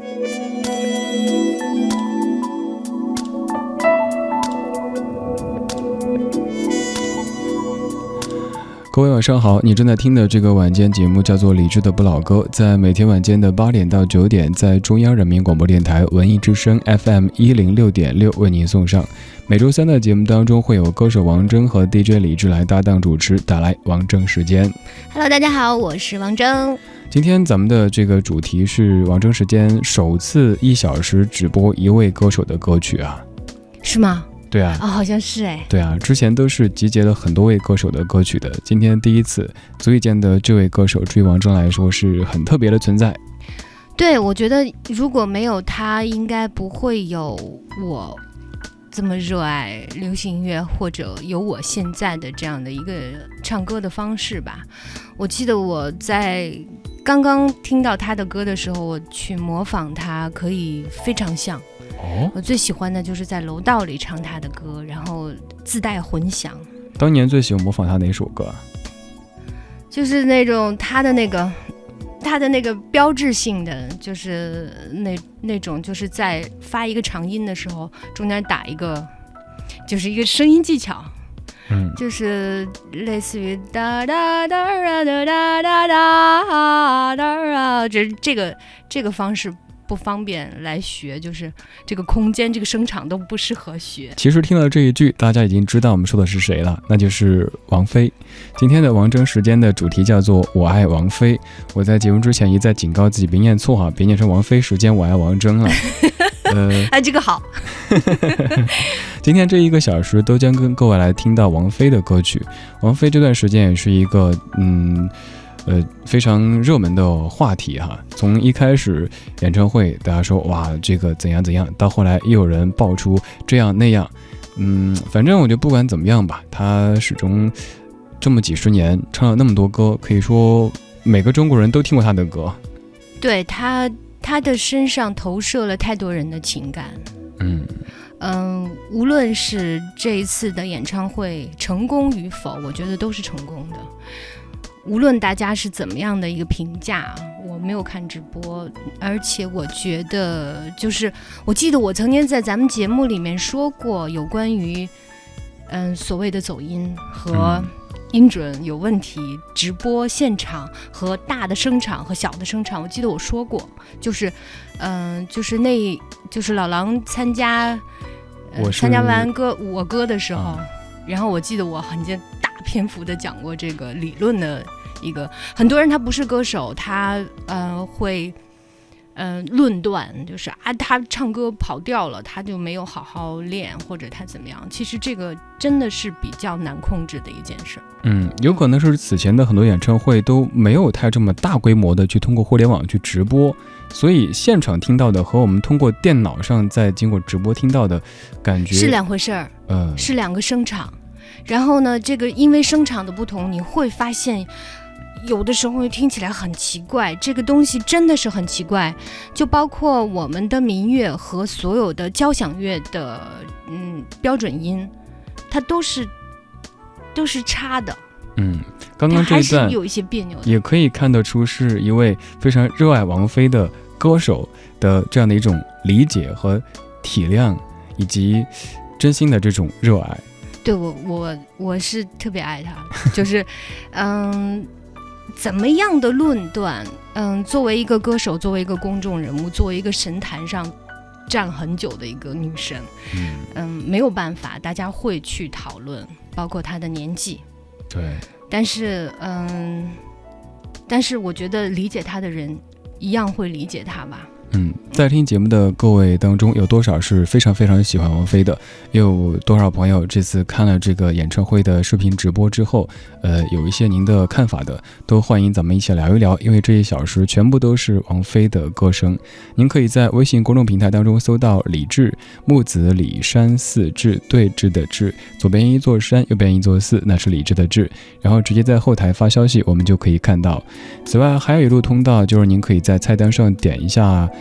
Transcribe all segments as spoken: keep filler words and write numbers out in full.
各位晚上好，你正在听的这个晚间节目叫做理智的不老歌，在每天晚间的八点到九点，在中央人民广播电台文艺之声 F M 一零六点六为您送上。每周三的节目当中会有歌手王铮和 D J 李志来搭档主持，带来王铮时间。 Hello， 大家好，我是王铮。 今天咱们的这个主题是王铮时间首次一小时直播一位歌手的歌曲啊， 是吗？ 对啊， 哦，好像是哎。 对啊，之前都是集结了很多位歌手的歌曲的，今天第一次，足以见得这位歌手对于王铮来说是很特别的存在。 对，我觉得如果没有他，应该不会有我这么热爱流行音乐，或者有我现在的这样的一个唱歌的方式吧。我记得我在刚刚听到他的歌的时候，我去模仿他，可以非常像。 哦， 我最喜欢的就是在楼道里唱他的歌，然后自带混响。 当年最喜欢模仿他哪首歌？ 就是那种他的那个他的那个标志性的，就是那那种就是在发一个长音的时候中间打一个，就是一个声音技巧， 嗯， 就是类似于哒哒哒哒哒哒哒哒哒，这这个这个方式不方便来学，就是这个空间这个声场都不适合学。 其实听了这一句，大家已经知道我们说的是谁了，那就是王菲。今天的王铮时间的主题叫做我爱王菲。我在节目之前一再警告自己别念错哈，别念成王菲时间我爱王铮了。呃， 哎，这个好。 今天这一个小时都将跟各位来听到王菲的歌曲。王菲这段时间也是一个嗯呃，非常热门的话题哈。从一开始演唱会，大家说哇这个怎样怎样，到后来又有人爆出这样那样，嗯，反正我觉得不管怎么样吧，他始终这么几十年唱了那么多歌，可以说每个中国人都听过他的歌。 对他，他的身上投射了太多人的情感。 嗯嗯，无论是这一次的演唱会成功与否，我觉得都是成功的。无论大家是怎么样的一个评价，我没有看直播，而且我觉得就是我记得我曾经在咱们节目里面说过有关于嗯所谓的走音和音准有问题，嗯、直播现场和大的声场和小的声场，我记得我说过，就是嗯、呃、就是那就是老狼参加、呃、参加完歌我歌的时候、啊、然后我记得我很大篇幅的讲过这个理论的一个，很多人他不是歌手，他呃会呃论断，就是啊他唱歌跑调了，他就没有好好练，或者他怎么样。其实这个真的是比较难控制的一件事。 嗯，有可能是此前的很多演唱会都没有太这么大规模的去通过互联网去直播，所以现场听到的和我们通过电脑上再经过直播听到的感觉是两回事儿， 呃， 是两个声场。然后呢，这个因为声场的不同，你会发现有的时候听起来很奇怪，这个东西真的是很奇怪。就包括我们的民乐和所有的交响乐的嗯标准音，它都是都是差的。 嗯，刚刚这一段还是有一些别扭的， 也可以看得出是一位非常热爱王菲的歌手的这样的一种理解和体谅，以及真心的这种热爱。 对，我我我是特别爱他，就是嗯。怎么样的论断，嗯，作为一个歌手，作为一个公众人物，作为一个神坛上站很久的一个女神，嗯, 嗯没有办法，大家会去讨论，包括她的年纪， 对， 但是嗯，但是我觉得理解她的人一样会理解她吧。 嗯，在听节目的各位当中，有多少是非常非常喜欢王菲的？有多少朋友这次看了这个演唱会的视频直播之后，呃，有一些您的看法的，都欢迎咱们一起聊一聊。因为这一小时全部都是王菲的歌声。您可以在微信公众平台当中搜到李志，木子李山寺志，对峙的志，左边一座山，右边一座寺，那是李志的志。然后直接在后台发消息，我们就可以看到。此外，还有一路通道，就是您可以在菜单上点一下直播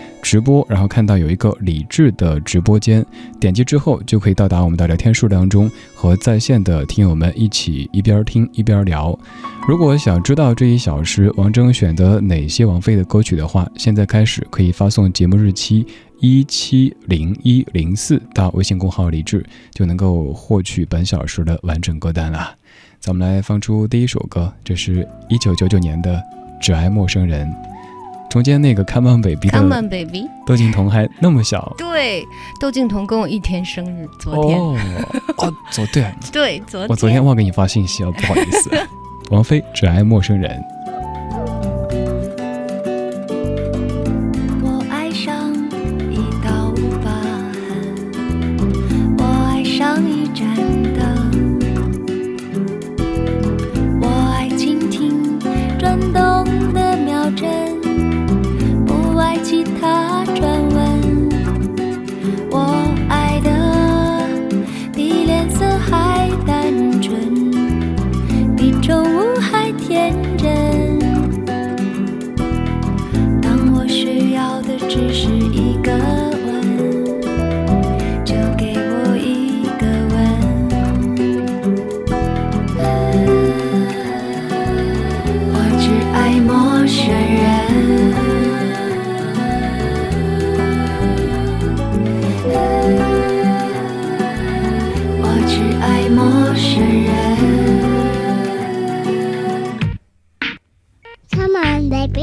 播，然后看到有一个李志的直播间，点击之后就可以到达我们的聊天室当中，和在线的听友们一起一边听一边聊。如果想知道这一小时王铮选择哪些王菲的歌曲的话，现在开始可以发送节目日期一七零一零四到微信公号李志，就能够获取本小时的完整歌单了。咱们来放出第一首歌，这是一九九九年的《只爱陌生人》。中间那个 Come on baby 的 Come on baby， 窦靖童还那么小。 对，窦靖童跟我一天生日，昨天。 哦，哦昨天。 对，昨天。 我昨天忘给你发信息了，不好意思。王菲《只爱陌生人》。 我爱上一道疤痕，我爱上一盏灯，我爱蜻蜓转动的秒针，不爱其他传闻。我爱的比脸色还单纯，比宠物还天真。当我需要的只是一个吻，就给我一个吻。我只爱陌生人，我只爱陌生人。 Come on, baby.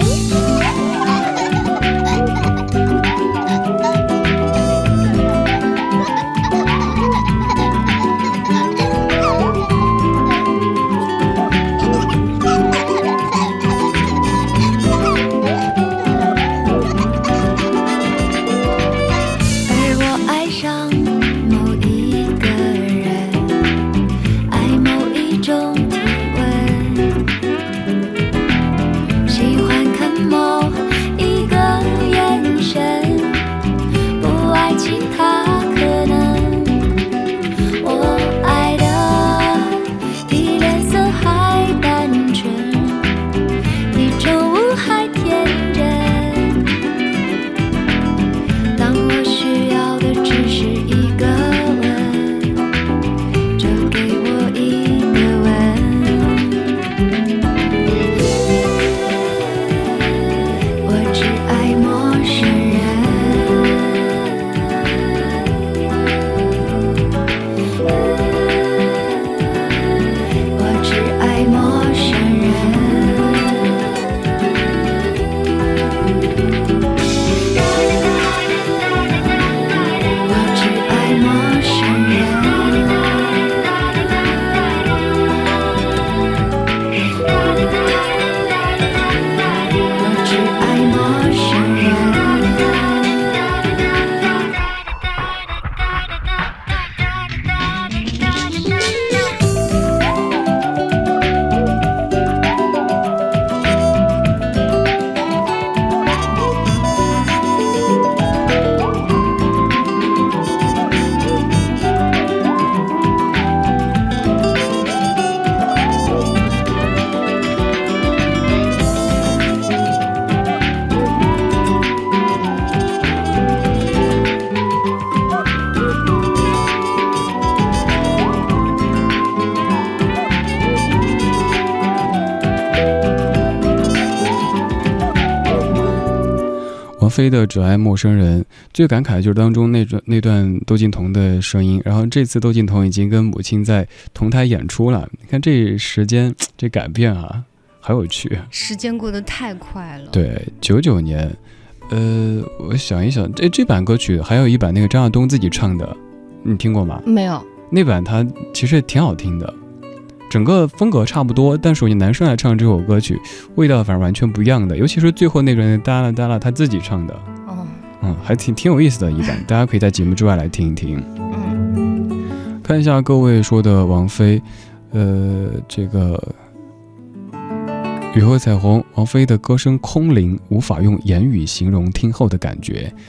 《王菲的《只爱陌生人》最感慨就是当中那段那段窦靖童的声音，然后这次窦靖童已经跟母亲在同台演出了，你看这时间这改变啊，好有趣， 时间过得太快了。 对，九九年，呃，我想一想，这这版歌曲还有一版那个张亚东自己唱的，你听过吗？ 没有。 那版他其实挺好听的，整个风格差不多，但是我男生来唱这首歌曲，味道反而完全不一样的，尤其是最后那段哒啦哒啦他自己唱的， 哦， 嗯，还挺挺有意思的一版，大家可以在节目之外来听一听。 嗯， 看一下各位说的王菲，呃，这个雨后彩虹，王菲的歌声空灵，无法用言语形容听后的感觉。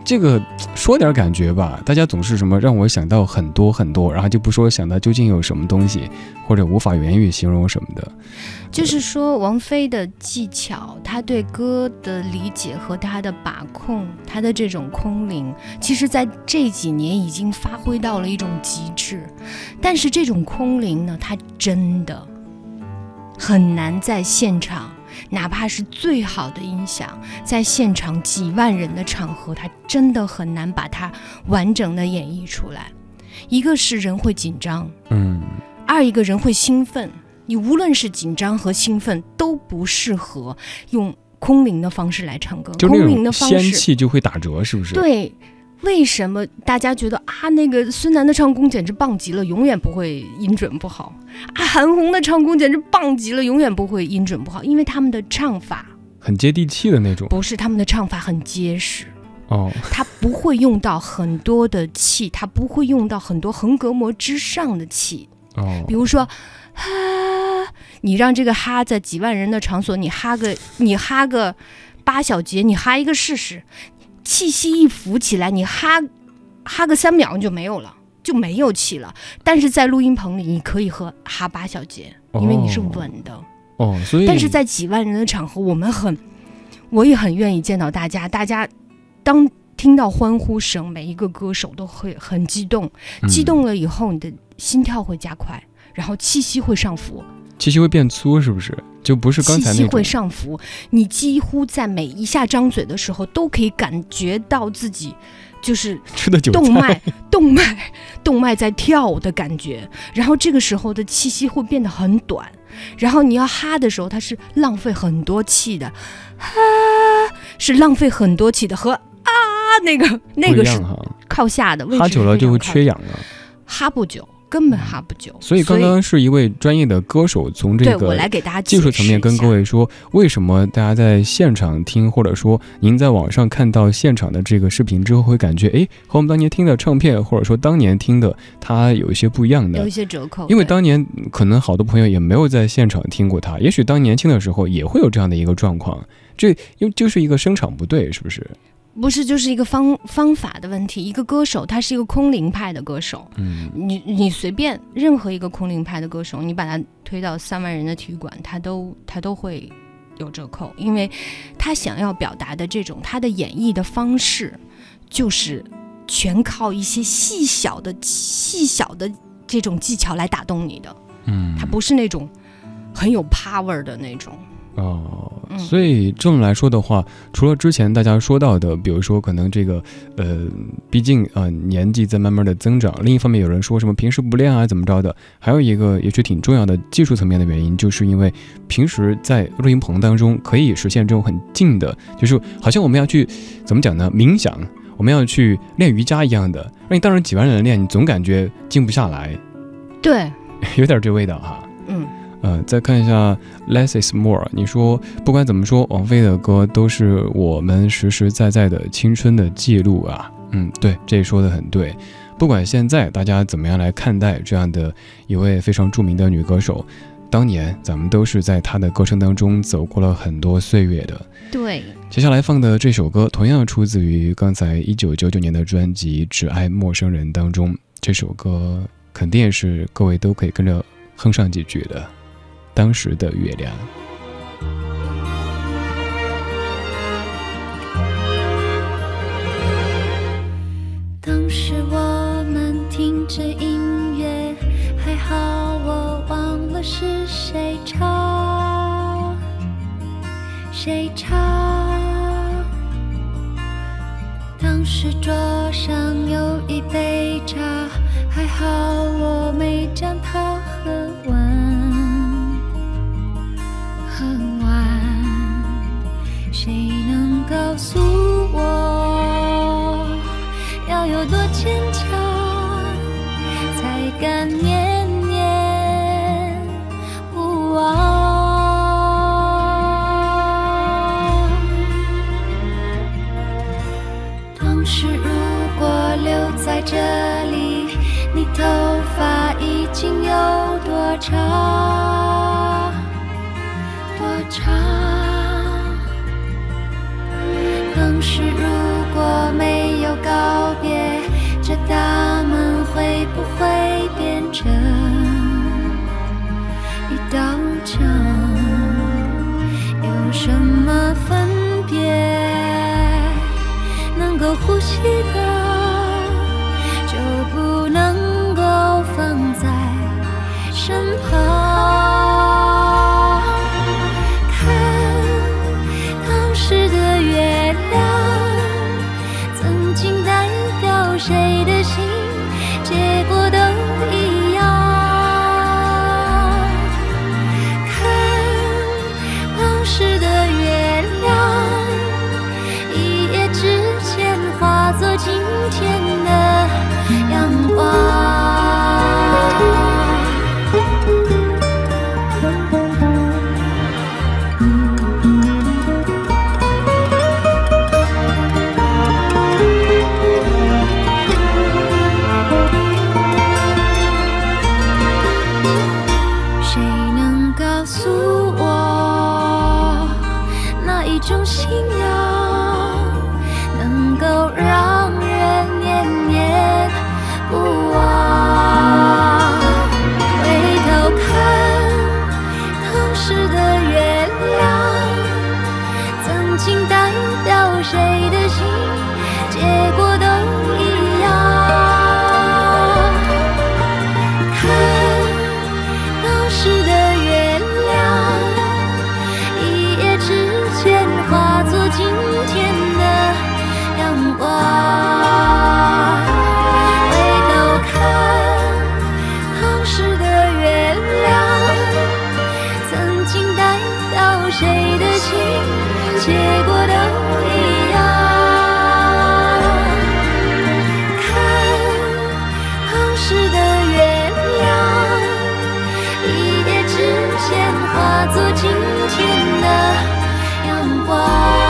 这个说点感觉吧，大家总是什么让我想到很多很多，然后就不说想到究竟有什么东西，或者无法言语形容什么的。 就是说王菲的技巧，她对歌的理解和她的把控，她的这种空灵，其实在这几年已经发挥到了一种极致。但是这种空灵呢，它真的很难在现场，哪怕是最好的音响，在现场几万人的场合，它真的很难把它完整的演绎出来。一个是人会紧张， 嗯， 二一个人会兴奋，你无论是紧张和兴奋，都不适合用空灵的方式来唱歌。 就那空灵的种方式仙气就会打折，是不是？ 对。为什么大家觉得啊，那个孙楠的唱功简直棒极了，永远不会音准不好啊？韩红的唱功简直棒极了，永远不会音准不好，因为他们的唱法很接地气的那种。 不是，他们的唱法很结实哦， 他不会用到很多的气，他不会用到很多横膈膜之上的气哦， 比如说哈，你让这个哈在几万人的场所，你哈个你哈个八小节，你哈一个试试。气息一浮起来，你哈哈个三秒就没有了，就没有气了。但是在录音棚里，你可以和哈八小节，因为你是稳的。 哦，所以但是在几万人的场合，我们很，我也很愿意见到大家，大家当听到欢呼声，每一个歌手都会很激动，激动了以后，你的心跳会加快，然后气息会上浮。 气息会变粗，是不是？就不是刚才那种。 气息会上浮，你几乎在每一下张嘴的时候，都可以感觉到自己就是吃的韭菜， 动脉、动脉、动脉在跳的感觉。然后这个时候的气息会变得很短，然后你要哈的时候，它是浪费很多气的，哈是浪费很多气的，和啊那个那个是靠下的， 哈久了就会缺氧了， 哈不久。根本哈不久， 所以刚刚是一位专业的歌手从这个技术层面跟各位说，为什么大家在现场听，或者说您在网上看到现场的这个视频之后，会感觉哎，和我们当年听的唱片，或者说当年听的，它有一些不一样的， 有一些折扣。 因为当年可能好多朋友也没有在现场听过它，也许当年轻的时候也会有这样的一个状况，这因为就是一个声场不对，是不是？ 不是，就是一个方方法的问题。一个歌手，他是一个空灵派的歌手， 嗯， 你你随便任何一个空灵派的歌手，你把他推到三万人的体育馆，他都他都会有折扣，因为他想要表达的这种他的演绎的方式，就是全靠一些细小的细小的这种技巧来打动你的， 嗯， 他不是那种很有 power 的那种。 哦，所以这么来说的话，除了之前大家说到的，比如说可能这个呃，毕竟呃年纪在慢慢的增长，另一方面有人说什么平时不练啊怎么着的，还有一个也许挺重要的技术层面的原因，就是因为平时在录音棚当中可以实现这种很静的，就是好像我们要去怎么讲呢，冥想，我们要去练瑜伽一样的，让你当然几万人练，你总感觉静不下来， 对， 有点这味道哈， 嗯。 呃，再看一下 Less is more， 你说不管怎么说，王菲的歌都是我们实实在在的青春的记录啊。嗯，对，这说的很对。不管现在大家怎么样来看待这样的一位非常著名的女歌手，当年咱们都是在她的歌声当中走过了很多岁月的。 对， 接下来放的这首歌同样出自于刚才一九九九年的专辑《只爱陌生人》当中，这首歌肯定是各位都可以跟着哼上几句的。当时的月亮， 当时我们听着音乐，还好我忘了是谁唱，谁唱。当时桌上有一杯茶，还好我没将它喝完。很晚，谁能告诉我，要有多坚强，才敢念念不忘？当时如果留在这里，你头发已经有多长？长，当时如果没有悉的就不能够放在身旁。看当时的月亮曾经代表谁的心，结果都一样。看当时的月亮一夜之间化作今天的阳光。谁能告诉我哪一种信仰能够让人念念不忘？回头看当时的月亮曾经代表谁的心，结果都一样。看当时的月亮一夜之间化作今天的阳光。回头看当时的月亮曾经代表谁的心，结果都一样。看当时的月亮一夜之间化作今天的阳光。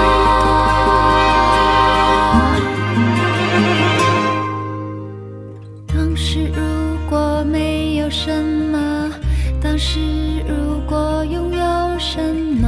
当时如果没有什么，当时如果拥有什么，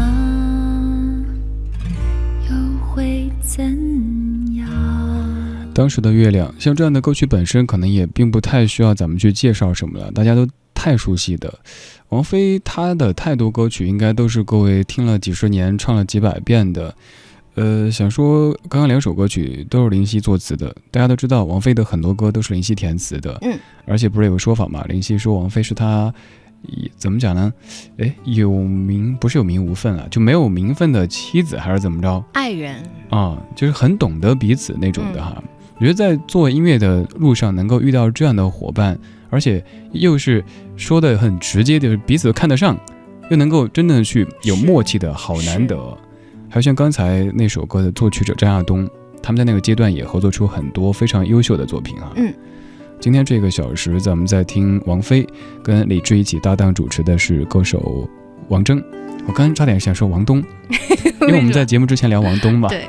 又会怎样？ 当时的月亮，像这样的歌曲本身可能也并不太需要咱们去介绍什么了，大家都太熟悉的。王菲她的太多歌曲应该都是各位听了几十年唱了几百遍的。呃，想说刚刚两首歌曲都是林夕作词的，大家都知道王菲的很多歌都是林夕填词的。 嗯， 而且不是有个说法嘛，林夕说王菲是她怎么讲呢？哎，有名不是有名无分啊，就没有名分的妻子还是怎么着？ 爱人啊，就是很懂得彼此那种的哈。嗯，我觉得在做音乐的路上能够遇到这样的伙伴，而且又是说的很直接，就是彼此看得上，又能够真的去有默契的，好难得。还有像刚才那首歌的作曲者张亚东，他们在那个阶段也合作出很多非常优秀的作品啊。 嗯， 今天这个小时咱们在听王菲跟李志一起搭档主持的是歌手王铮。我刚刚差点想说王东，因为我们在节目之前聊王东嘛。 对。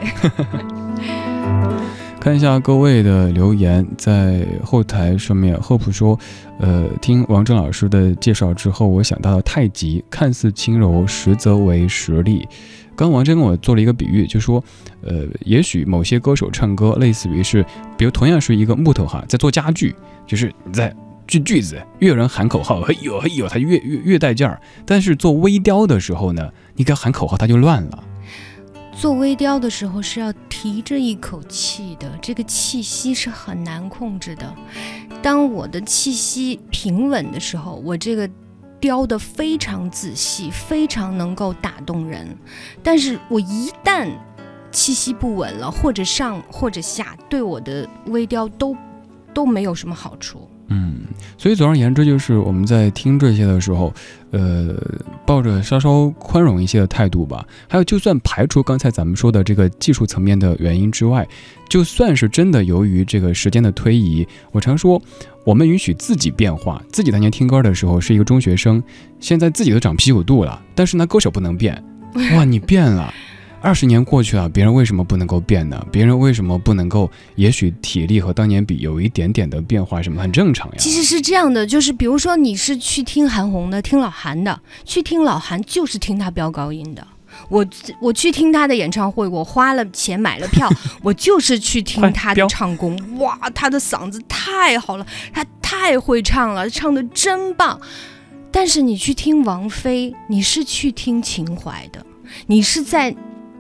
看一下各位的留言，在后台上面 Hope 说，呃，听王铮老师的介绍之后，我想到了太极，看似轻柔，实则为实力。刚王铮跟我做了一个比喻，就说，呃，也许某些歌手唱歌类似于是，比如同样是一个木头哈，在做家具，就是你在锯锯子，越有人喊口号，嘿呦嘿呦，它越越越带劲儿。但是做微雕的时候呢，你给喊口号，它就乱了。 做微雕的时候是要提着一口气的，这个气息是很难控制的。当我的气息平稳的时候，我这个雕得非常仔细，非常能够打动人。但是我一旦气息不稳了，或者上或者下，对我的微雕都都没有什么好处。 嗯，所以总而言之，就是我们在听这些的时候，呃，抱着稍稍宽容一些的态度吧。还有，就算排除刚才咱们说的这个技术层面的原因之外，就算是真的由于这个时间的推移，我常说，我们允许自己变化。自己当年听歌的时候是一个中学生，现在自己都长啤酒肚了，但是呢，歌手不能变。哇，你变了。二十年过去了，别人为什么不能够变呢？别人为什么不能够？也许体力和当年比有一点点的变化，什么很正常呀。 其实是这样的，就是比如说你是去听韩红的，听老韩的，去听老韩就是听他飙高音的。我我去听他的演唱会，我花了钱买了票，我就是去听他的唱功。哇，他的嗓子太好了，他太会唱了，唱得真棒。但是你去听王菲，你是去听情怀的，你是在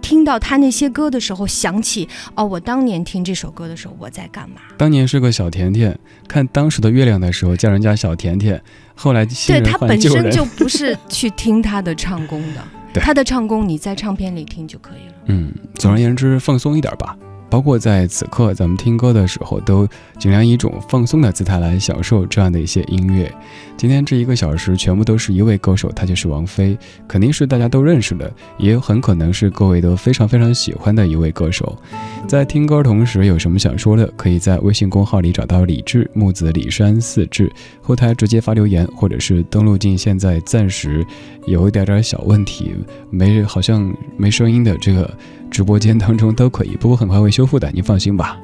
听到他那些歌的时候，想起哦，我当年听这首歌的时候我在干嘛？ 当年是个小甜甜，看当时的月亮的时候叫人家小甜甜，后来新人对他本换旧人身就不是去听他的唱功的，他的唱功你在唱片里听就可以了。 嗯，总而言之，放松一点吧。包括在此刻咱们听歌的时候，都尽量以一种放松的姿态来享受这样的一些音乐。今天这一个小时全部都是一位歌手，他就是王菲，肯定是大家都认识的，也很可能是各位都非常非常喜欢的一位歌手。在听歌同时有什么想说的，可以在微信公号里找到李志，木子李山四志，后台直接发留言，或者是登录进现在暂时有一点点小问题，没好像没声音的这个直播间当中都可以，不过很快会修复的，你放心吧。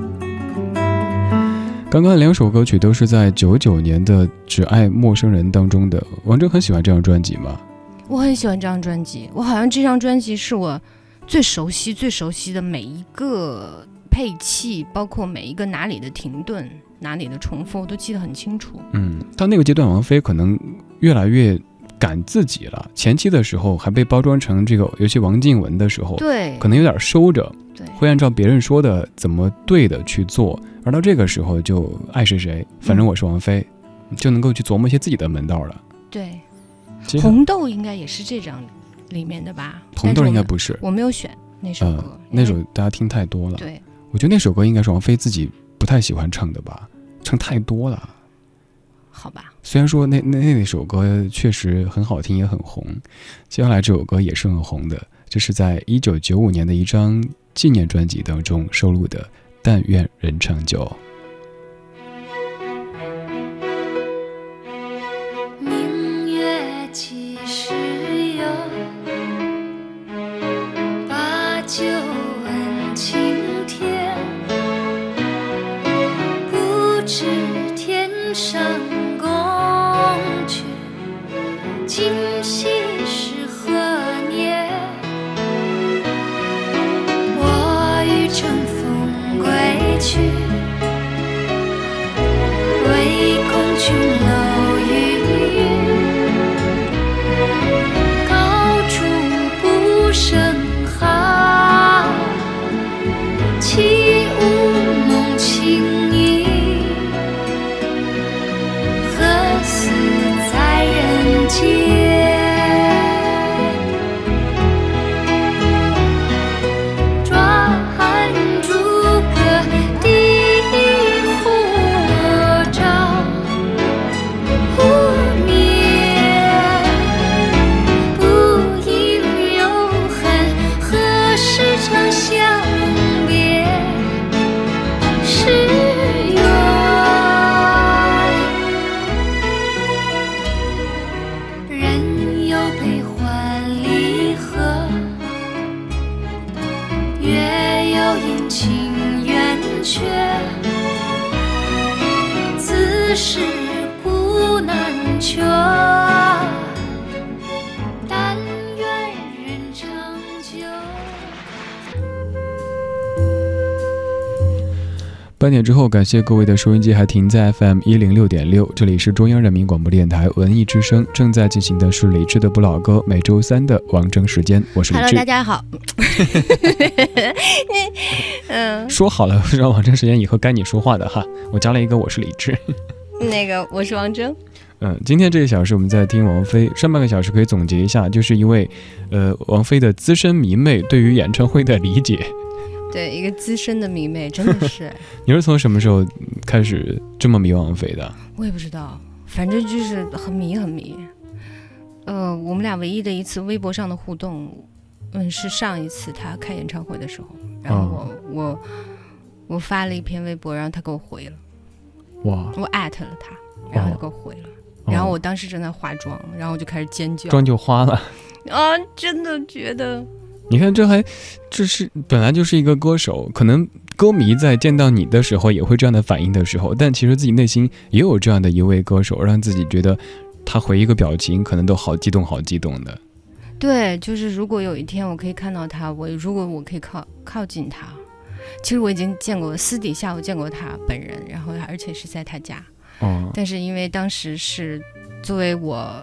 刚刚两首歌曲都是在九九年的《只爱陌生人》当中的。王铮很喜欢这张专辑吗？ 我很喜欢这张专辑，我好像这张专辑是我最熟悉最熟悉的每一个配器，包括每一个哪里的停顿哪里的重复我都记得很清楚。 嗯，到那个阶段王菲可能越来越赶自己了，前期的时候还被包装成这个，尤其王靖雯的时候， 对， 可能有点收着， 对， 会按照别人说的怎么对的去做，而到这个时候就爱谁谁，反正我是王菲，嗯、就能够去琢磨一些自己的门道了。 对，红豆应该也是这张里面的吧？ 红豆应该不是， 我没有选那首歌， 呃、那首大家听太多了。 对， 我觉得那首歌应该是王菲自己不太喜欢唱的吧，唱太多了。 好吧， 虽然说那那那首歌确实很好听也很红，接下来这首歌也是很红的，这是在一九九五年的一张纪念专辑当中收录的《但愿人长久》。 明月几时有，把酒问青天，不知天上今夕是何年？我欲乘风归去，唯恐琼楼玉宇，高处不胜寒。起舞弄清影，何似在人间？是古难全，但愿人长久。 半点之后，感谢各位的收音机还停在 F M 一零六点六，这里是中央人民广播电台文艺之声，正在进行的是李志的不老歌，每周三的王铮时间，我是李志。 Hello， 大家好。 嗯，说好了让王铮时间以后该你说话的哈，我加了一个我是李志。 那个我是王铮。 嗯，今天这个小时我们在听王菲，上半个小时可以总结一下，就是一位呃王菲的资深迷妹对于演唱会的理解。 对，一个资深的迷妹，真的是。 你是从什么时候开始这么迷王菲的？ 我也不知道，反正就是很迷很迷。呃，我们俩唯一的一次微博上的互动，嗯，是上一次她开演唱会的时候，然后我、哦、我我发了一篇微博，然后她给我回了。 哇！ 我艾特了她，然后她给我回了、哦，然后我当时正在化妆，然后我就开始尖叫， 妆就花了。 啊，真的觉得。 你看，这还这是本来就是一个歌手，可能歌迷在见到你的时候也会这样的反应的时候，但其实自己内心也有这样的一位歌手，让自己觉得他回一个表情可能都好激动好激动的。 对，就是如果有一天我可以看到他，我如果我可以靠靠近他，其实我已经见过，私底下我见过他本人，然后而且是在他家、哦、但是因为当时是作为我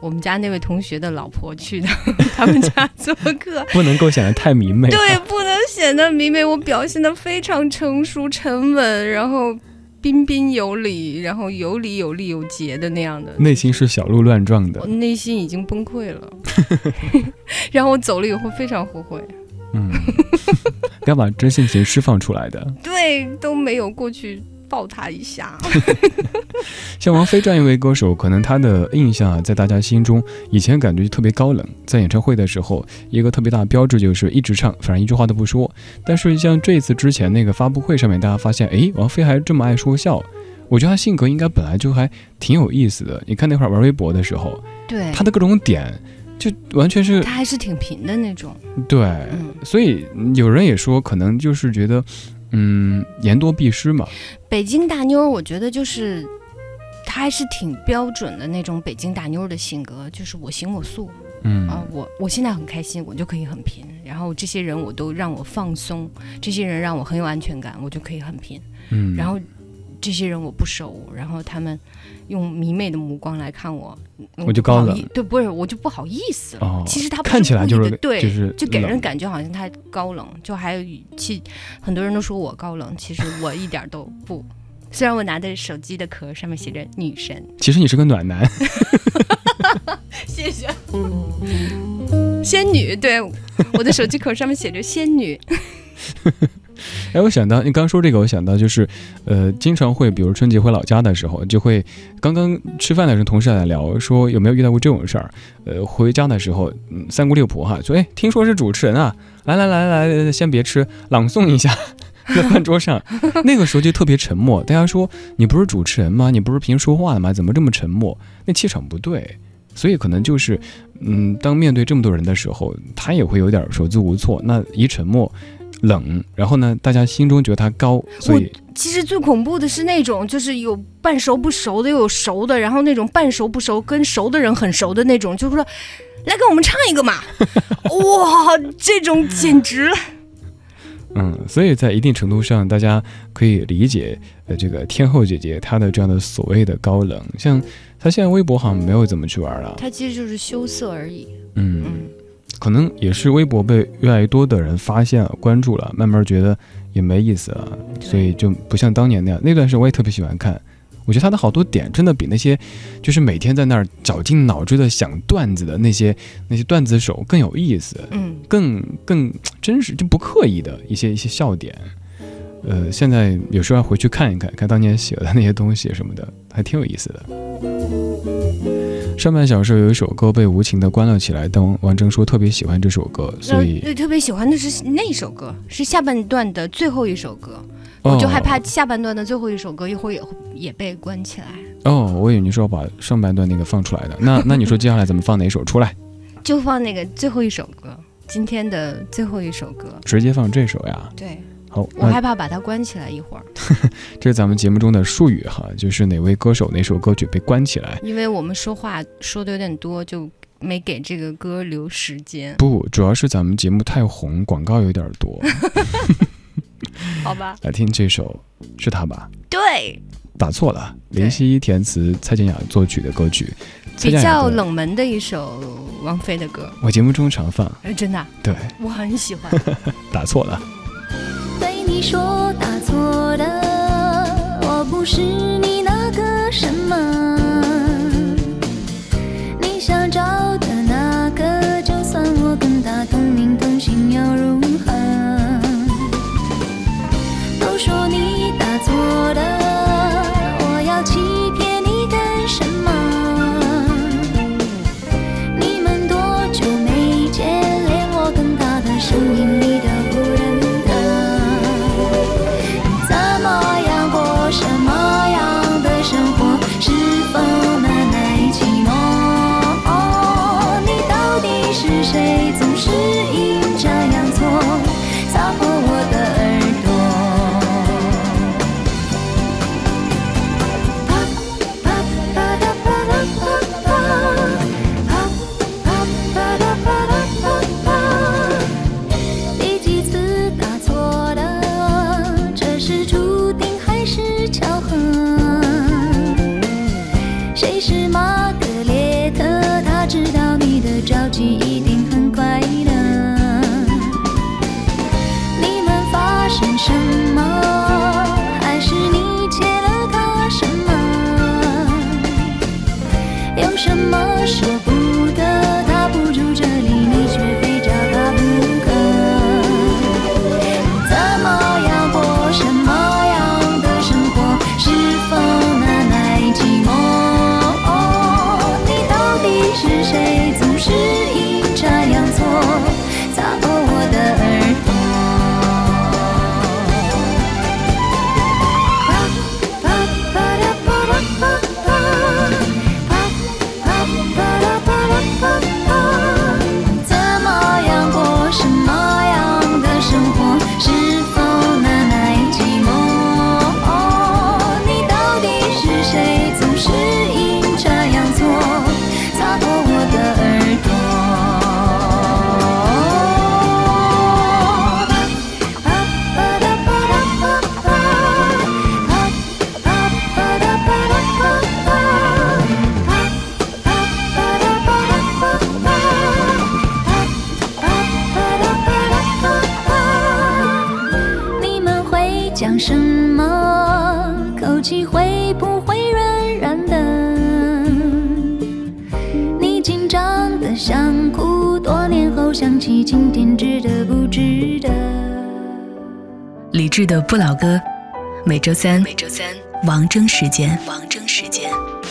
我们家那位同学的老婆去的他们家做客， 不能够显得太迷妹。 对，不能显得迷妹，我表现得非常成熟沉稳，然后彬彬有礼，然后有礼有礼有节的那样的， 内心是小鹿乱撞的， 我内心已经崩溃了然后我走了以后非常后悔， 嗯，要把真性情释放出来的。 对，都没有过去抱他一下像王菲这样一位歌手，可能她的印象啊，在大家心中以前感觉特别高冷，在演唱会的时候一个特别大的标志就是一直唱，反正一句话都不说。但是像这次之前那个发布会上面，大家发现诶，王菲还这么爱说笑，我觉得她性格应该本来就还挺有意思的。你看那会儿玩微博的时候， 对， 她的各种点就完全是他还是挺平的那种。 对、 嗯、 所以有人也说可能就是觉得嗯，言多必失嘛。 北京大妞我觉得就是她还是挺标准的那种北京大妞的性格，就是我行我素。嗯啊，我我现在很开心，我就可以很平，然后这些人我都让我放松，这些人让我很有安全感，我就可以很平。嗯，然后这些人我不熟，然后他们用迷妹的目光来看我， 我就高冷。 对，不是，我就不好意思了。哦、其实他不是看起来就是对， 就是就给人感觉好像他高冷，就还有语气，很多人都说我高冷，其实我一点都不。虽然我拿的手机的壳上面写着女神， 其实你是个暖男。 谢谢。仙女，对，我的手机壳上面写着仙女。 哎，我想到你刚刚说这个，我想到就是，呃，经常会，比如春节回老家的时候，就会刚刚吃饭的时候，同事在聊说有没有遇到过这种事儿。呃，回家的时候，嗯，三姑六婆哈，说哎，听说是主持人啊，来来来来，先别吃，朗诵一下，在饭桌上。那个时候就特别沉默，大家说你不是主持人吗？你不是平时说话的吗？怎么这么沉默？那气场不对。所以可能就是，嗯，当面对这么多人的时候，他也会有点手足无措。那一沉默。冷，然后呢，大家心中觉得他高，所以其实最恐怖的是那种，就是有半熟不熟的，又有熟的，然后那种半熟不熟跟熟的人很熟的那种，就是说，来跟我们唱一个嘛，哇，这种简直了。 嗯，所以在一定程度上，大家可以理解，呃，这个天后姐姐她的这样的所谓的高冷，像她现在微博好像没有怎么去玩了， 她其实就是羞涩而已。 嗯。嗯，可能也是微博被越来越多的人发现了、关注了，慢慢觉得也没意思了，所以就不像当年那样。那段时间我也特别喜欢看，我觉得他的好多点真的比那些就是每天在那儿绞尽脑汁的想段子的那些那些段子手更有意思，嗯，更更真实，就不刻意的一些一些笑点。呃，现在有时候要回去看一看，看当年写的那些东西什么的，还挺有意思的。上半小时有一首歌被无情的关了起来，但王铮说特别喜欢这首歌，所以对特别喜欢的是那首歌，是下半段的最后一首歌，哦、我就害怕下半段的最后一首歌一会儿也也被关起来。 哦，我以为你说把上半段那个放出来的，那那你说接下来咱们放哪首出来？ 就放那个最后一首歌，今天的最后一首歌， 直接放这首呀？ 对。 好， 我害怕把它关起来一会儿。 这是咱们节目中的术语哈，就是哪位歌手哪首歌曲被关起来。 因为我们说话说的有点多，就没给这个歌留时间。 不，主要是咱们节目太红，广告有点多。 好吧， 来听这首，是他吧？ 对， 打错了，林夕填词，蔡健雅作曲的歌曲， 比较冷门的一首王菲的歌。 我节目中常放。 哎，真的、啊？ 对， 我很喜欢。 打错了。 对你说打错的，我不是你那个什么，你想找的那个，就算我跟他同名同姓又如何？都说你打错的，我要欺骗你干什么？你们多久没见，连我跟他的声音你都不认得。什么样的生活是否难耐寂寞？ 想什么？还是你欠了他什么？有什么舍不得？他不住这里，你却非找他不可。你怎么样过什么样的生活？是否难耐寂寞？你到底是谁？总是阴差阳错擦破我的耳朵。怎么样过什么样的生活？是否难耐寂寞？你到底是谁？总是阴差阳错擦破我的耳朵。你们会讲什么？口气会不会软软的？你紧张的想哭，多年后想起今天值得不值得？ 理智的不老歌，每周三，每周三，王铮时间，王铮时间。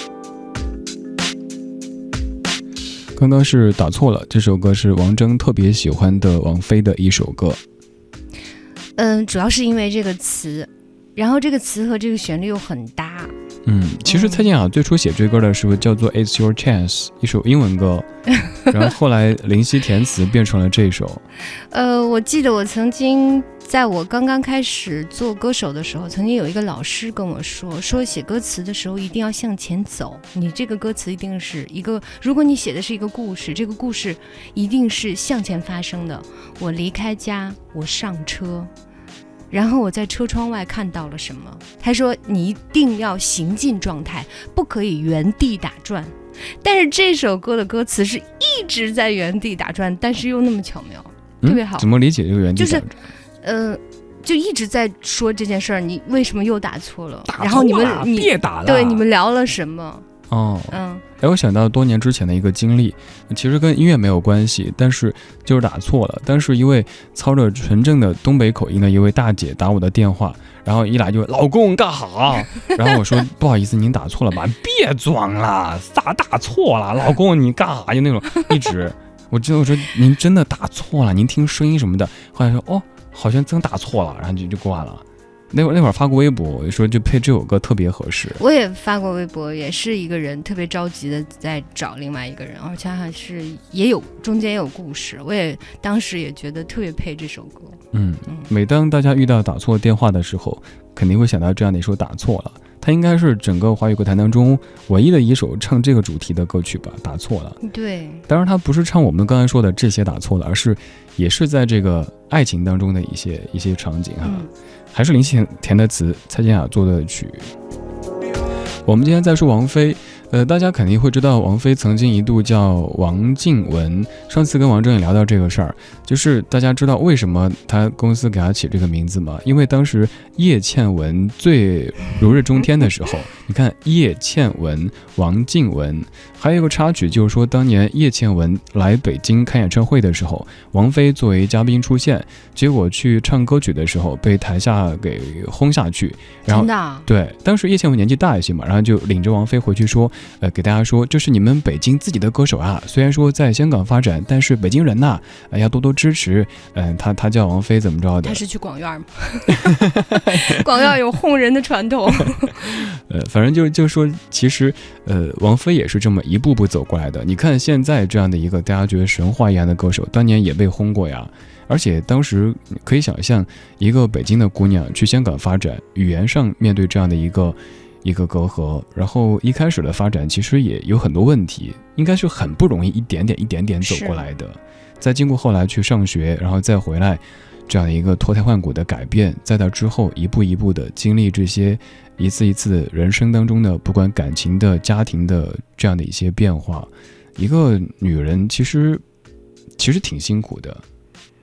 刚刚是打错了，这首歌是王铮特别喜欢的王菲的一首歌。 嗯，主要是因为这个词，然后这个词和这个旋律又很搭。 嗯，其实蔡健雅最初写这歌的时候叫做 It's Your Chance， 一首英文歌，然后后来林夕填词变成了这首。 呃，我记得我曾经在我刚刚开始做歌手的时候，曾经有一个老师跟我说，说写歌词的时候一定要向前走，你这个歌词一定是一个，如果你写的是一个故事，这个故事一定是向前发生的。我离开家，我上车，然后我在车窗外看到了什么？他说你一定要行进状态，不可以原地打转。但是这首歌的歌词是一直在原地打转，但是又那么巧妙， 嗯、 特别好。 怎么理解这个原地打转？ 就是呃，就一直在说这件事儿，你为什么又打错了？ 打错了， 然后你们你别打了， 对，你们聊了什么？ 哦， 嗯， 哎，我想到多年之前的一个经历，其实跟音乐没有关系，但是就是打错了。但是一位操着纯正的东北口音的一位大姐打我的电话，然后一来就老公干哈？然后我说不好意思，您打错了吧？别装了，咋打错了？老公你干哈？就那种一直，我真的我说您真的打错了，您听声音什么的。后来说哦，好像真打错了，然后就就挂了。那会儿那会儿发过微博，我就说就配这首歌特别合适。 我也发过微博，也是一个人特别着急的在找另外一个人，而且还是也有中间也有故事。我也当时也觉得特别配这首歌。 嗯，每当大家遇到打错电话的时候，肯定会想到这样的一首《打错了》，它应该是整个华语歌坛当中唯一的一首唱这个主题的歌曲吧，《打错了》。 对， 当然它不是唱我们刚才说的这些打错了，而是也是在这个爱情当中的一些一些场景哈。嗯，还是林夕填的词，蔡健雅做的曲。我们今天在说王菲，呃，大家肯定会知道王菲曾经一度叫王静雯。上次跟王铮也聊到这个事儿，就是大家知道为什么她公司给她起这个名字吗？因为当时叶倩文最如日中天的时候，你看叶倩文、王静雯，还有一个插曲就是说，当年叶倩文来北京开演唱会的时候，王菲作为嘉宾出现，结果去唱歌曲的时候被台下给轰下去，然后真的啊？对， 当时叶倩文年纪大一些嘛，然后就领着王菲回去说，呃，给大家说，这是你们北京自己的歌手啊，虽然说在香港发展，但是北京人呐、啊呃，要多多支持。嗯、呃，他他叫王菲怎么着的？ 他是去广院吗？广院有哄人的传统。 呃，反正就就说，其实呃，王菲也是这么一步步走过来的。你看现在这样的一个大家觉得神话一样的歌手，当年也被轰过呀。而且当时可以想象，一个北京的姑娘去香港发展，语言上面对这样的一个一个隔阂，然后一开始的发展其实也有很多问题，应该是很不容易一点点一点点走过来的。再经过后来去上学，然后再回来，这样的一个脱胎换骨的改变，再到之后一步一步的经历这些一次一次的人生当中的不管感情的、家庭的这样的一些变化，一个女人其实其实挺辛苦的。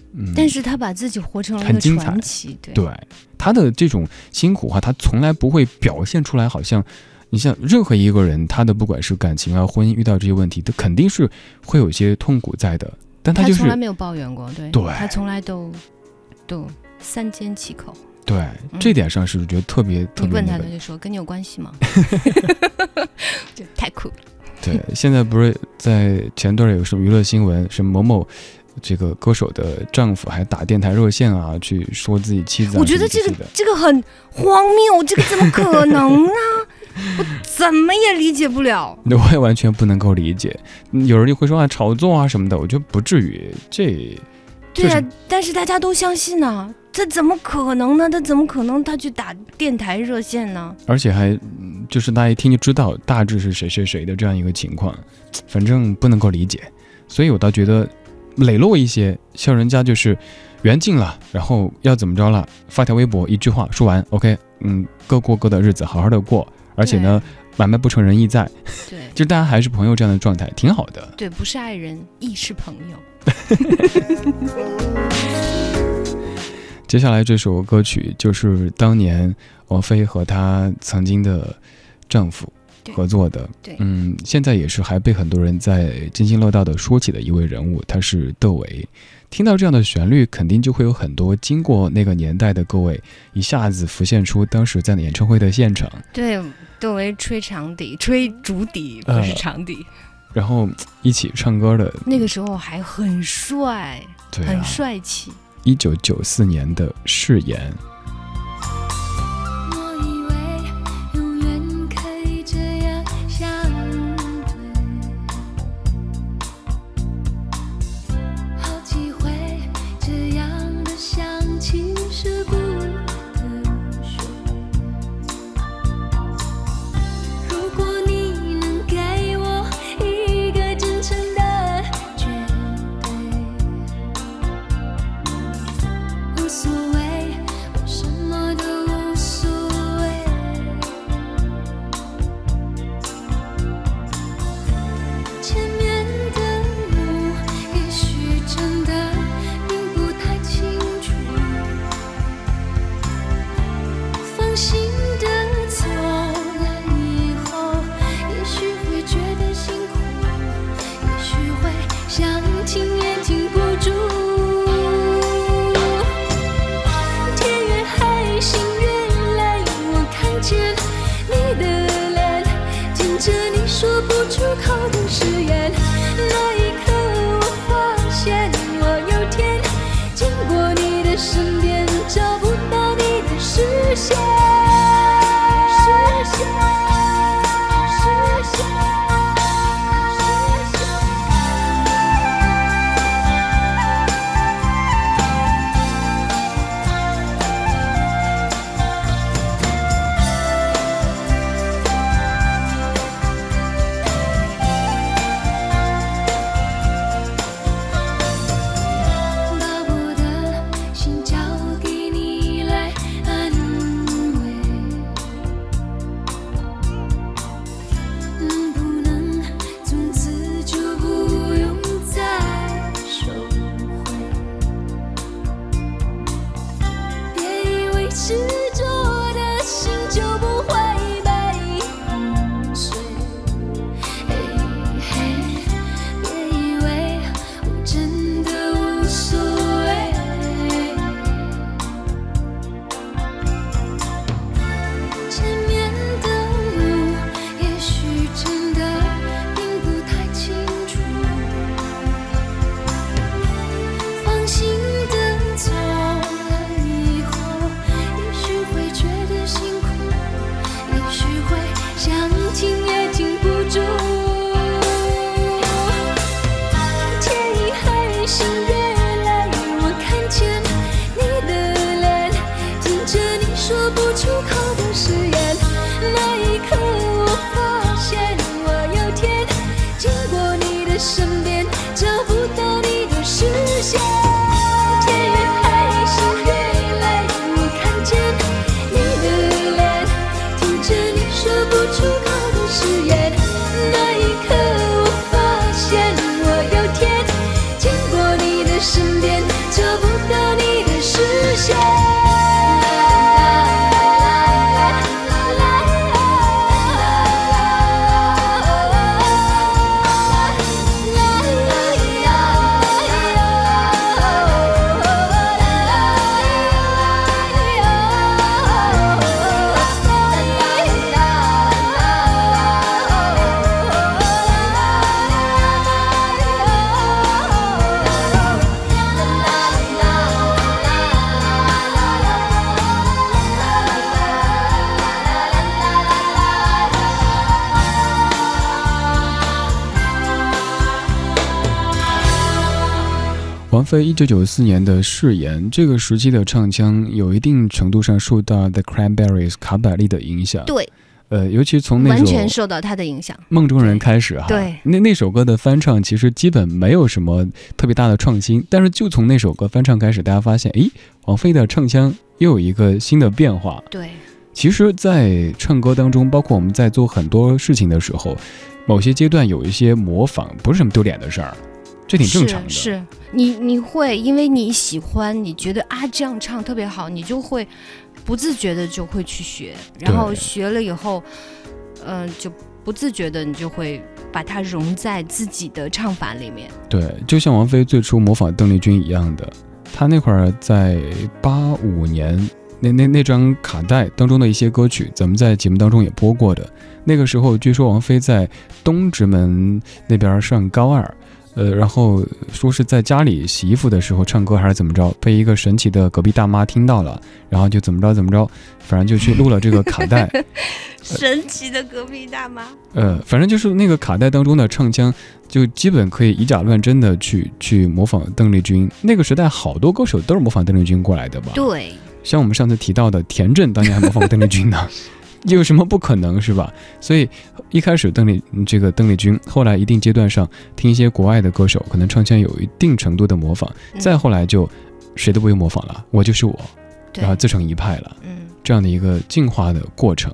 嗯， 但是他把自己活成了一个很精彩传奇，对对他的这种辛苦哈，他从来不会表现出来，好像你像任何一个人，他的不管是感情啊、婚姻遇到这些问题，他肯定是会有一些痛苦在的，但他就是他从来没有抱怨过，对， 对他从来都都三缄其口。 对、 嗯、 这点上是觉得特别特别、那个、 你问他他就说跟你有关系吗？就太酷了。 对，现在不是在前段有什么娱乐新闻，什么某某这个歌手的丈夫还打电台热线啊，去说自己妻子、啊。 我觉得这个这个很荒谬，这个怎么可能呢？我怎么也理解不了。 我也完全不能够理解。有人就会说啊炒作啊什么的，我觉得不至于。这对啊，但是大家都相信啊，这怎么可能呢？他怎么可能他去打电台热线呢？ 而且还就是大家一听就知道大致是谁谁谁的这样一个情况，反正不能够理解。所以我倒觉得磊落一些，像人家就是缘尽了，然后要怎么着了，发条微博一句话说完 OK， 嗯，各过各的日子，好好的过。而且呢，买卖不成仁义在， 对， 就大家还是朋友这样的状态，挺好的。 对，不是爱人，亦是朋友。 接下来这首歌曲就是当年王菲和她曾经的丈夫合作的， 对， 嗯，现在也是还被很多人在津津乐道的说起的一位人物，他是窦唯。听到这样的旋律，肯定就会有很多经过那个年代的各位一下子浮现出当时在演唱会的现场。 对，窦唯吹长笛，吹竹笛，不是长笛、呃， 然后一起唱歌的， 那个时候还很帅， 对、啊， 很帅气。 一九九四年的誓言。 无所谓，我王菲一九九四年的《誓言》这个时期的唱腔，有一定程度上受到 The Cranberries 卡百利的影响。 对， 呃，尤其从那首完全受到他的影响，《 梦中人》开始哈， 对， 那那首歌的翻唱其实基本没有什么特别大的创新，但是就从那首歌翻唱开始，大家发现，诶，王菲的唱腔又有一个新的变化。 对， 其实，在唱歌当中，包括我们在做很多事情的时候，某些阶段有一些模仿，不是什么丢脸的事儿，这挺正常的。 是，是你你会因为你喜欢，你觉得啊这样唱特别好，你就会不自觉的就会去学，然后学了以后，嗯、呃，就不自觉的你就会把它融在自己的唱法里面。 对，就像王菲最初模仿邓丽君一样的，她那会儿在八五年那那那张卡带当中的一些歌曲，咱们在节目当中也播过的。那个时候，据说王菲在东直门那边上高二。呃，然后说是在家里洗衣服的时候唱歌还是怎么着，被一个神奇的隔壁大妈听到了，然后就怎么着怎么着，反正就去录了这个卡带。 神奇的隔壁大妈。 呃，反正就是那个卡带当中的唱腔，就基本可以以假乱真的去去模仿邓丽君。那个时代好多歌手都是模仿邓丽君过来的吧？ 对， 像我们上次提到的田震，当年还模仿邓丽君呢。有什么不可能是吧？所以一开始邓丽这个邓丽君，后来一定阶段上听一些国外的歌手，可能唱腔有一定程度的模仿，嗯、再后来就谁都不用模仿了，我就是我，然后自成一派了，嗯，这样的一个进化的过程。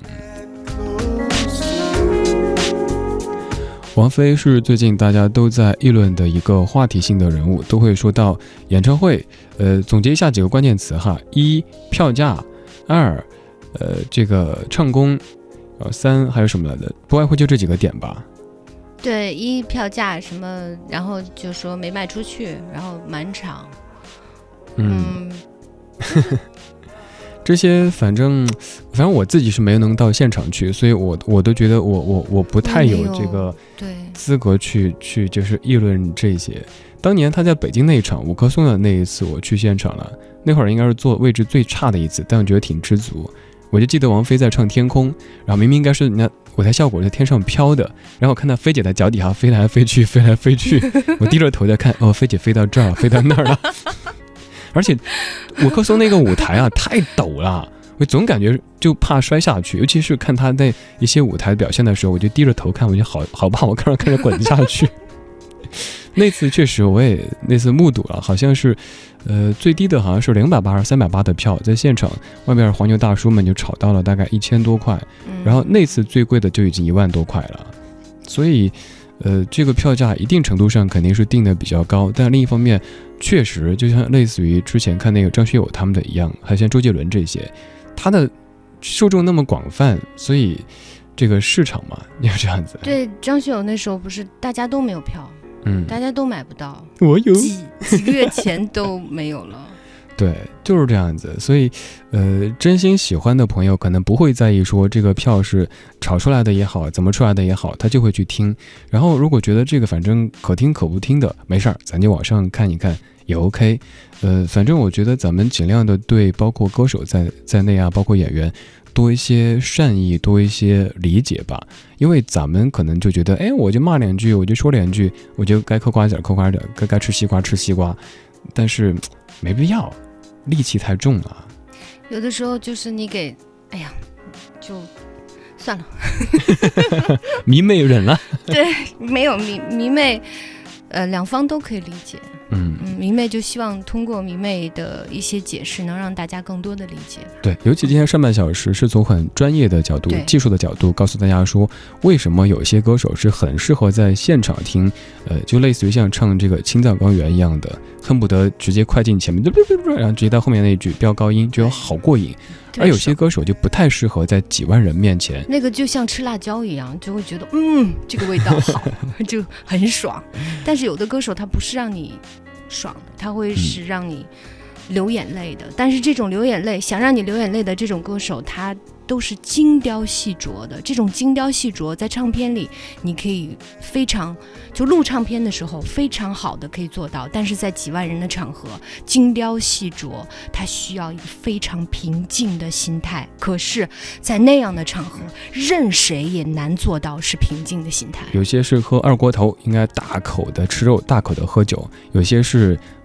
王菲是最近大家都在议论的一个话题性的人物，都会说到演唱会。呃，总结一下几个关键词哈：一、票价；二。呃，这个唱功，呃，三还有什么来的？不外乎就这几个点吧。 对，一票价什么，然后就说没卖出去，然后满场。嗯，嗯这些反正反正我自己是没能到现场去，所以我我都觉得我我我不太有这个资格去去就是议论这些。当年他在北京那一场五棵松的那一次，我去现场了，那会儿应该是坐位置最差的一次，但我觉得挺知足。我就记得王菲在唱《天空》，然后明明应该是人家舞台效果在天上飘的，然后我看到菲姐在脚底下飞来飞去，飞来飞去，我低着头在看，哦，菲姐飞到这儿，飞到那儿了。而且五棵松那个舞台啊，太陡了，我总感觉就怕摔下去，尤其是看他在一些舞台表现的时候，我就低着头看，我就好好怕我看着看着滚下去。那次确实我也那次目睹了，好像是呃最低的好像是两百八还是三百八的票，在现场外面黄牛大叔们就炒到了大概一千多块，然后那次最贵的就已经一万多块了。所以呃这个票价一定程度上肯定是定的比较高，但另一方面确实就像类似于之前看那个张学友他们的一样，还像周杰伦这些，他的受众那么广泛，所以这个市场嘛要这样子。 对，张学友那时候不是大家都没有票，嗯，大家都买不到， 我有几几个月前都没有了。 对，就是这样子。所以呃真心喜欢的朋友可能不会在意说这个票是炒出来的也好，怎么出来的也好，他就会去听。然后如果觉得这个反正可听可不听的没事儿，咱就网上看一看也 OK。 呃反正我觉得咱们尽量的对包括歌手在在内啊，包括演员多一些善意，多一些理解吧。因为咱们可能就觉得，哎，我就骂两句，我就说两句，我就该嗑瓜子嗑瓜子，该该吃西瓜吃西瓜，但是没必要，戾气太重了。 有的时候就是你给，哎呀，就算了。 迷妹忍了。 对，没有迷迷妹，呃，两方都可以理解。 嗯嗯，迷妹就希望通过迷妹的一些解释，能让大家更多的理解。 对，尤其今天上半小时是从很专业的角度、技术的角度，告诉大家说，为什么有些歌手是很适合在现场听，呃，就类似于像唱这个《青藏高原》一样的，恨不得直接快进前面，然后直接到后面那一句飙高音，就好过瘾。而有些歌手就不太适合在几万人面前， 那个就像吃辣椒一样，就会觉得嗯，这个味道好，就很爽。但是有的歌手他不是让你爽的，他会是让你流眼泪的。但是这种流眼泪，想让你流眼泪的这种歌手，他都是精雕细琢的。这种精雕细琢在唱片里你可以非常，就录唱片的时候非常好的可以做到，但是在几万人的场合精雕细琢，它需要一个非常平静的心态。可是在那样的场合，任谁也难做到是平静的心态。 有些是喝二锅头，应该大口的吃肉，大口的喝酒；有些是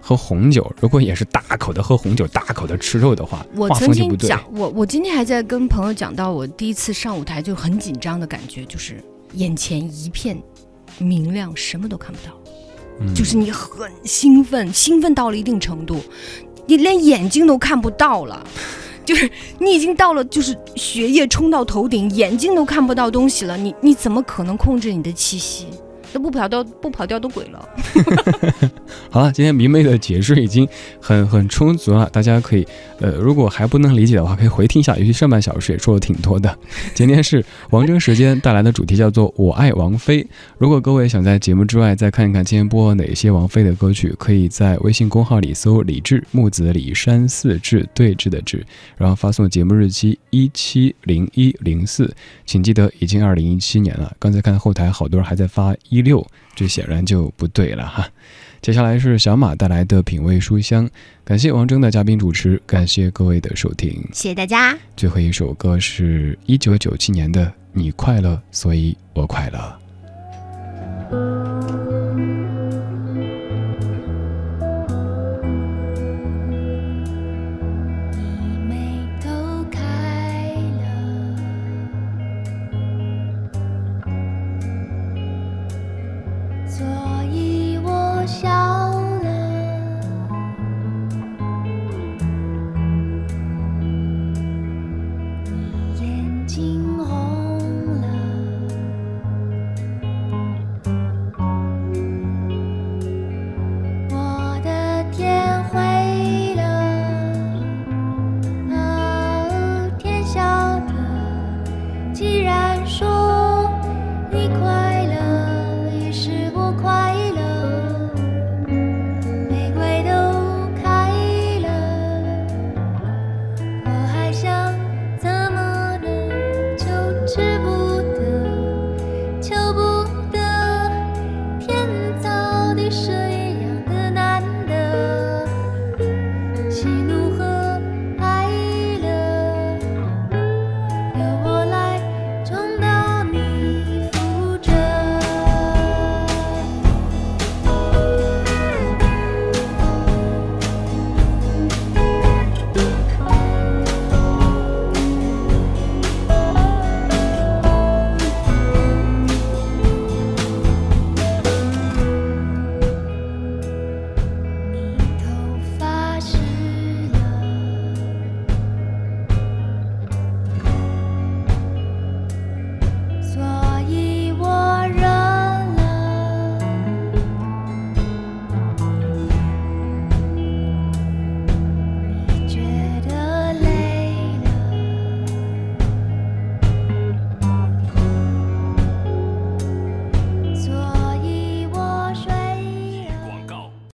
喝红酒，如果也是大口的喝红酒，大口的吃肉的话， 我画风就不对。 曾经讲，我我今天还在跟朋友讲到，我第一次上舞台就很紧张的感觉，就是眼前一片明亮，什么都看不到， 嗯、 就是你很兴奋，兴奋到了一定程度，你连眼睛都看不到了。就是你已经到了，就是血液冲到头顶，眼睛都看不到东西了，你你怎么可能控制你的气息？那不跑掉不跑掉都鬼了。 好了，今天迷妹的解释已经很很充足了，大家可以呃，如果还不能理解的话，可以回听一下，尤其上半小时也说的挺多的。今天是王峥时间带来的主题叫做我爱王菲。如果各位想在节目之外再看一看今天播哪些王菲的歌曲，可以在微信公号里搜李志，木子李山四志，对峙的志，然后发送节目日期一七零一零四，请记得已经二零一七年了。刚才看后台好多人还在发一六，这显然就不对了哈。接下来是小马带来的品味书香，感谢王峥的嘉宾主持，感谢各位的收听， 谢谢大家。 最后一首歌是一九九七年的《你快乐，所以我快乐》。